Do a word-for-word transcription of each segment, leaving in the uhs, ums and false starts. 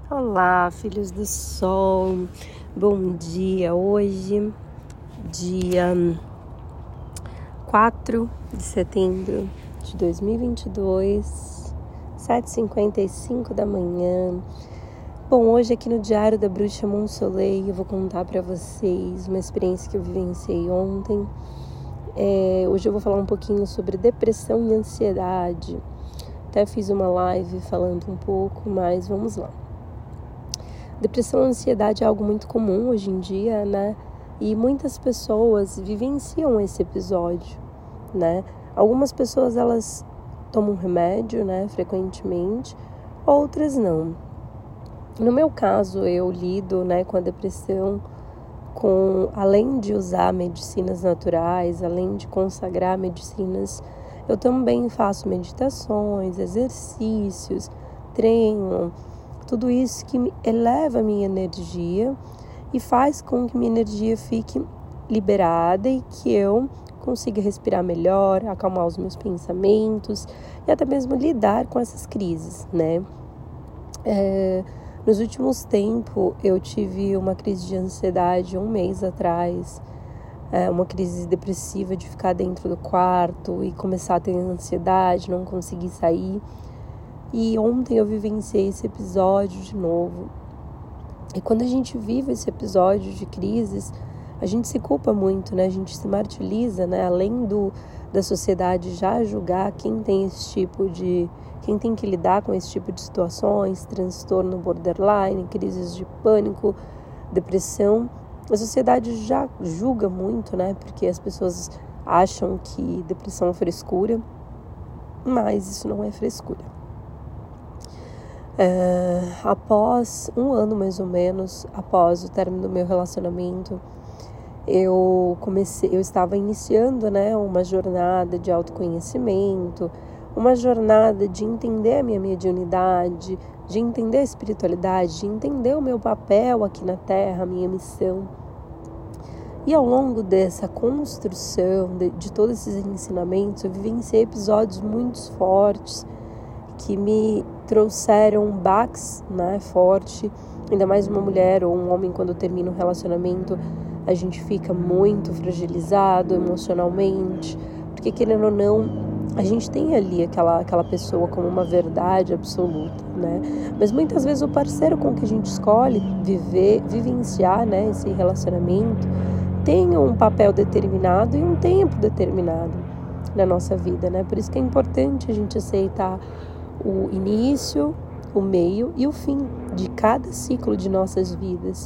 Olá, filhos do sol, bom dia. Hoje, dia quatro de setembro de dois mil e vinte e dois, sete e cinquenta e cinco da manhã. Bom, hoje aqui no Diário da Bruxa Monsoleil eu vou contar para vocês uma experiência que eu vivenciei ontem. É, hoje eu vou falar um pouquinho sobre depressão e ansiedade. Até fiz uma live falando um pouco, mas vamos lá. Depressão e ansiedade é algo muito comum hoje em dia, né? E muitas pessoas vivenciam esse episódio, né? Algumas pessoas, elas tomam remédio, né? Frequentemente, outras não. No meu caso, eu lido, né, com a depressão, com, além de usar medicinas naturais, além de consagrar medicinas, eu também faço meditações, exercícios, treino, tudo isso que eleva a minha energia e faz com que minha energia fique liberada e que eu consiga respirar melhor, acalmar os meus pensamentos e até mesmo lidar com essas crises, né? É, nos últimos tempos eu tive uma crise de ansiedade um mês atrás, é, uma crise depressiva de ficar dentro do quarto e começar a ter ansiedade, não conseguir sair. E ontem eu vivenciei esse episódio de novo. E quando a gente vive esse episódio de crises, a gente se culpa muito, né? A gente se martiriza, né? Além do, da sociedade já julgar quem tem esse tipo de... Quem tem que lidar com esse tipo de situações, transtorno borderline, crises de pânico, depressão. A sociedade já julga muito, né? Porque as pessoas acham que depressão é frescura, mas isso não é frescura. É, após um ano mais ou menos, após o término do meu relacionamento, eu comecei, eu estava iniciando, né, uma jornada de autoconhecimento, uma jornada de entender a minha mediunidade, de entender a espiritualidade, de entender o meu papel aqui na Terra, a minha missão. E ao longo dessa construção, de, de todos esses ensinamentos, eu vivenciei episódios muito fortes que me trouxeram baques, né, forte. Ainda mais uma mulher ou um homem, quando termina um relacionamento, a gente fica muito fragilizado emocionalmente, porque querendo ou não, a gente tem ali aquela, aquela pessoa como uma verdade absoluta, né? Mas muitas vezes o parceiro com que a gente escolhe viver, vivenciar, né, esse relacionamento tem um papel determinado e um tempo determinado na nossa vida, né? Por isso que é importante a gente aceitar o início, o meio e o fim de cada ciclo de nossas vidas.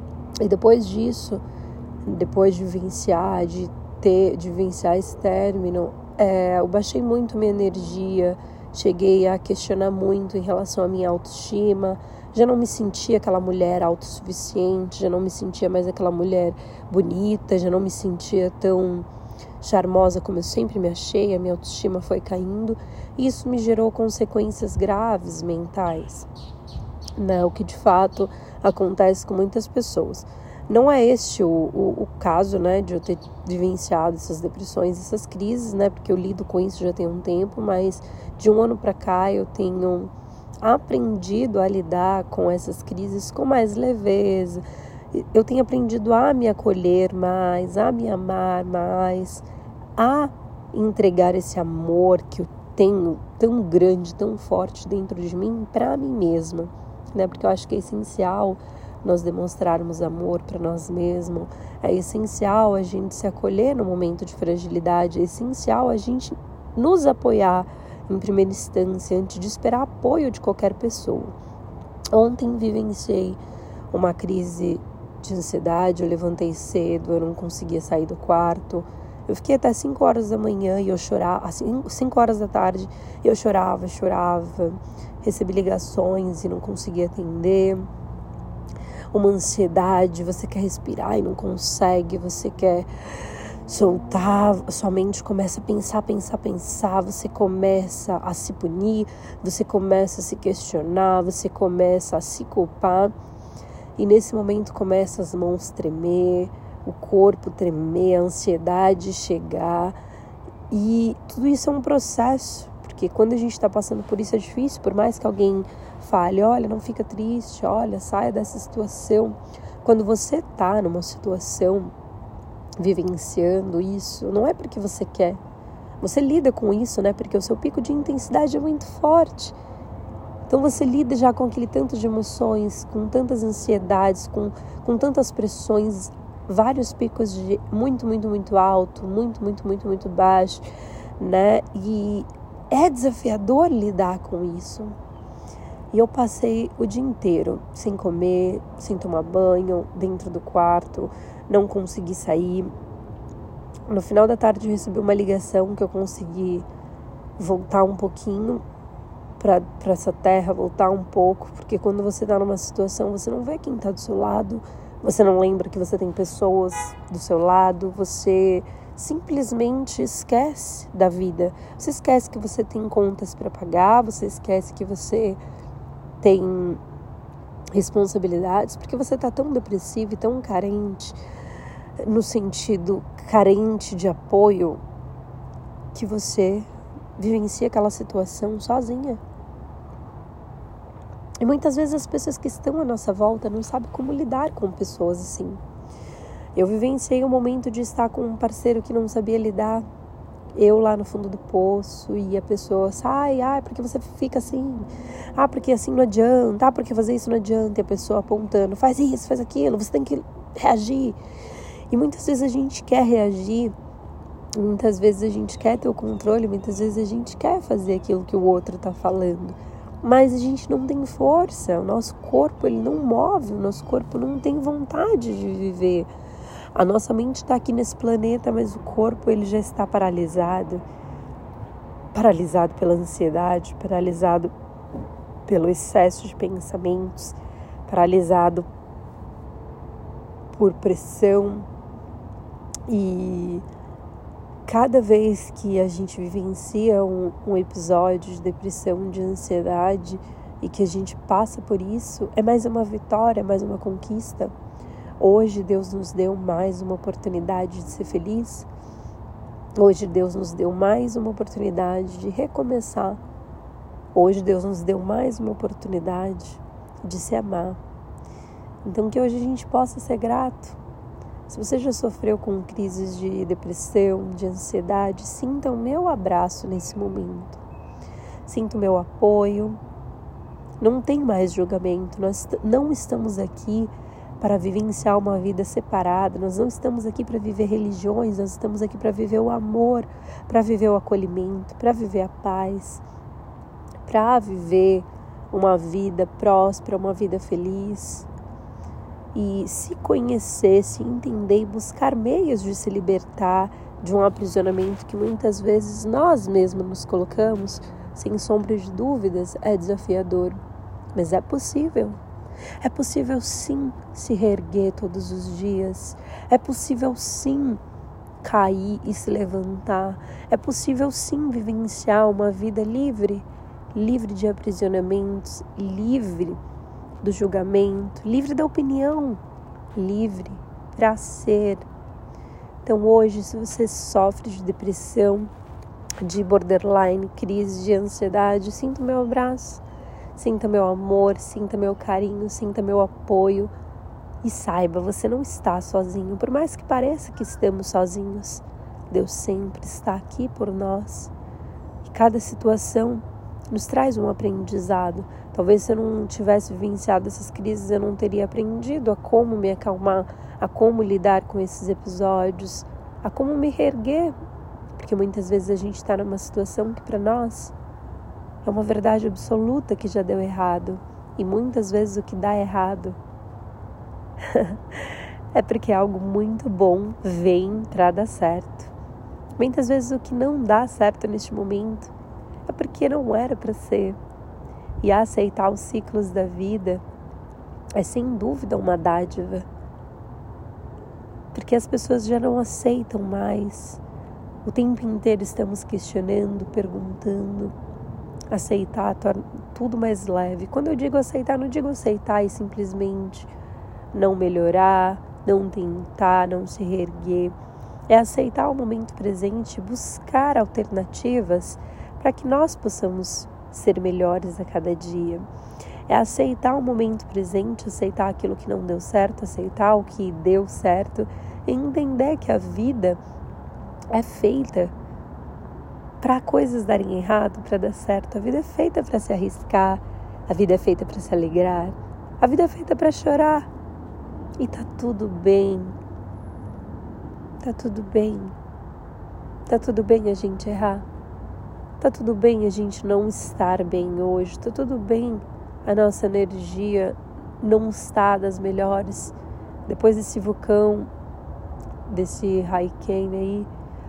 E depois disso, depois de vivenciar, de ter, de vivenciar esse término, é, eu baixei muito minha energia, cheguei a questionar muito em relação à minha autoestima, já não me sentia aquela mulher autossuficiente, já não me sentia mais aquela mulher bonita, já não me sentia tão charmosa como eu sempre me achei, a minha autoestima foi caindo e isso me gerou consequências graves mentais, né? O que de fato acontece com muitas pessoas. Não é este o, o, o caso, né, de eu ter vivenciado essas depressões, essas crises, né, porque eu lido com isso já tem um tempo, mas de um ano para cá eu tenho aprendido a lidar com essas crises com mais leveza. Eu tenho aprendido a me acolher mais, a me amar mais, a entregar esse amor que eu tenho tão grande, tão forte dentro de mim para mim mesma, né? Porque eu acho que é essencial nós demonstrarmos amor para nós mesmos, é essencial a gente se acolher no momento de fragilidade, é essencial a gente nos apoiar em primeira instância, antes de esperar apoio de qualquer pessoa. Ontem vivenciei uma crise de ansiedade, eu levantei cedo, eu não conseguia sair do quarto, eu fiquei até cinco horas da manhã e eu chorava, assim, cinco horas da tarde, eu chorava, chorava, recebi ligações e não conseguia atender, uma ansiedade, você quer respirar e não consegue, você quer soltar, sua mente começa a pensar, pensar, pensar, você começa a se punir, você começa a se questionar, você começa a se culpar. E nesse momento começa as mãos tremer, o corpo tremer, a ansiedade chegar. E tudo isso é um processo, porque quando a gente está passando por isso é difícil, por mais que alguém fale, olha, não fica triste, olha, saia dessa situação. Quando você está numa situação vivenciando isso, não é porque você quer. Você lida com isso, né? Porque o seu pico de intensidade é muito forte. Então você lida já com aquele tanto de emoções, com tantas ansiedades, com, com tantas pressões, vários picos de muito, muito, muito alto, muito, muito, muito, muito baixo, né? E é desafiador lidar com isso. E eu passei o dia inteiro sem comer, sem tomar banho, dentro do quarto, não consegui sair. No final da tarde eu recebi uma ligação que eu consegui voltar um pouquinho para essa terra, voltar um pouco, porque quando você está numa situação, você não vê quem está do seu lado, você não lembra que você tem pessoas do seu lado, você simplesmente esquece da vida. Você esquece que você tem contas para pagar, você esquece que você tem responsabilidades, porque você está tão depressivo e tão carente, no sentido carente de apoio, que você vivencia aquela situação sozinha. E muitas vezes as pessoas que estão à nossa volta não sabem como lidar com pessoas assim. Eu vivenciei um momento de estar com um parceiro que não sabia lidar, eu lá no fundo do poço, e a pessoa sai, ah, porque você fica assim, ah, porque assim não adianta, ah, porque fazer isso não adianta, e a pessoa apontando, faz isso, faz aquilo, você tem que reagir. E muitas vezes a gente quer reagir, muitas vezes a gente quer ter o controle, muitas vezes a gente quer fazer aquilo que o outro está falando, mas a gente não tem força, o nosso corpo ele não move, o nosso corpo não tem vontade de viver. A nossa mente está aqui nesse planeta, mas o corpo ele já está paralisado, paralisado pela ansiedade, paralisado pelo excesso de pensamentos, paralisado por pressão. E cada vez que a gente vivencia um, um episódio de depressão, de ansiedade, e que a gente passa por isso, é mais uma vitória, é mais uma conquista. Hoje Deus nos deu mais uma oportunidade de ser feliz. Hoje Deus nos deu mais uma oportunidade de recomeçar. Hoje Deus nos deu mais uma oportunidade de se amar. Então que hoje a gente possa ser grato. Se você já sofreu com crises de depressão, de ansiedade, sinta o meu abraço nesse momento. Sinta o meu apoio. Não tem mais julgamento. Nós não estamos aqui para vivenciar uma vida separada, nós não estamos aqui para viver religiões, nós estamos aqui para viver o amor, para viver o acolhimento, para viver a paz, para viver uma vida próspera, uma vida feliz. E se conhecer, se entender e buscar meios de se libertar de um aprisionamento que muitas vezes nós mesmos nos colocamos, sem sombra de dúvidas, é desafiador, mas é possível. É possível sim se reerguer todos os dias. É possível sim cair e se levantar. É possível sim vivenciar uma vida livre, livre de aprisionamentos, livre do julgamento, livre da opinião, livre para ser. Então hoje, se você sofre de depressão, de borderline, crise de ansiedade, sinta o meu abraço. Sinta meu amor, sinta meu carinho, sinta meu apoio e saiba, você não está sozinho. Por mais que pareça que estamos sozinhos, Deus sempre está aqui por nós. E cada situação nos traz um aprendizado. Talvez se eu não tivesse vivenciado essas crises, eu não teria aprendido a como me acalmar, a como lidar com esses episódios, a como me reerguer. Porque muitas vezes a gente está numa situação que para nós é uma verdade absoluta que já deu errado. E muitas vezes o que dá errado é porque algo muito bom vem para dar certo. Muitas vezes o que não dá certo neste momento é porque não era para ser. E aceitar os ciclos da vida é sem dúvida uma dádiva. Porque as pessoas já não aceitam mais. O tempo inteiro estamos questionando, perguntando. Aceitar torna tudo mais leve. Quando eu digo aceitar, não digo aceitar e simplesmente não melhorar, não tentar, não se reerguer. É aceitar o momento presente, buscar alternativas para que nós possamos ser melhores a cada dia. É aceitar o momento presente, aceitar aquilo que não deu certo, aceitar o que deu certo, e entender que a vida é feita para coisas darem errado, para dar certo. A vida é feita para se arriscar, a vida é feita para se alegrar, a vida é feita para chorar. E tá tudo bem. Tá tudo bem. Tá tudo bem a gente errar. Tá tudo bem a gente não estar bem hoje. Tá tudo bem a nossa energia não estar das melhores. Depois desse vulcão, desse hurricane aí,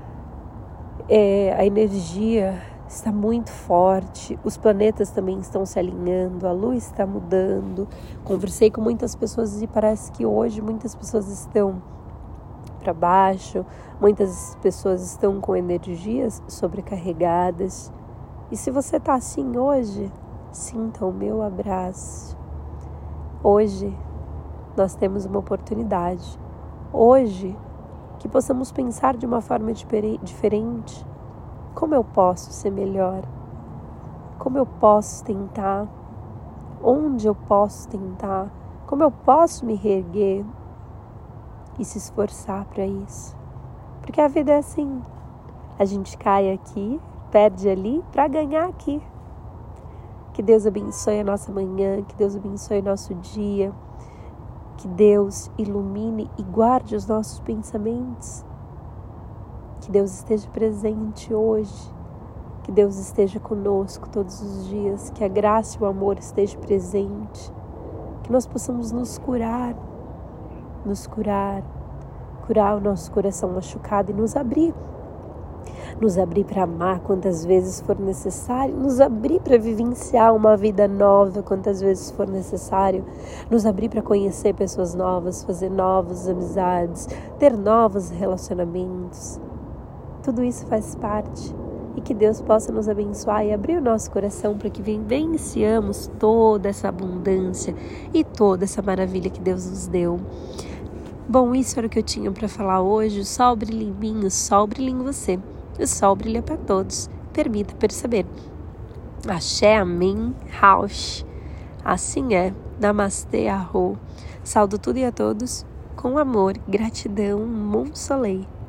é, a energia está muito forte, os planetas também estão se alinhando, a luz está mudando. Conversei com muitas pessoas e parece que hoje muitas pessoas estão para baixo, muitas pessoas estão com energias sobrecarregadas. E se você está assim hoje, sinta o meu abraço. Hoje nós temos uma oportunidade. Hoje que possamos pensar de uma forma diferente. Como eu posso ser melhor? Como eu posso tentar? Onde eu posso tentar? Como eu posso me reerguer e se esforçar para isso? Porque a vida é assim. A gente cai aqui, perde ali para ganhar aqui. Que Deus abençoe a nossa manhã, que Deus abençoe o nosso dia, que Deus ilumine e guarde os nossos pensamentos. Que Deus esteja presente hoje, que Deus esteja conosco todos os dias, que a graça e o amor estejam presentes, que nós possamos nos curar, nos curar, curar o nosso coração machucado e nos abrir, nos abrir para amar quantas vezes for necessário, nos abrir para vivenciar uma vida nova quantas vezes for necessário, nos abrir para conhecer pessoas novas, fazer novas amizades, ter novos relacionamentos. Tudo isso faz parte e que Deus possa nos abençoar e abrir o nosso coração para que vivenciamos toda essa abundância e toda essa maravilha que Deus nos deu. Bom, isso era o que eu tinha para falar hoje. O sol brilha em mim, o sol brilha em você. O sol brilha para todos. Permita perceber. Axé, amém, raush. Assim é. Namastê, arro. Saúdo tudo e a todos com amor, gratidão, mon soleil.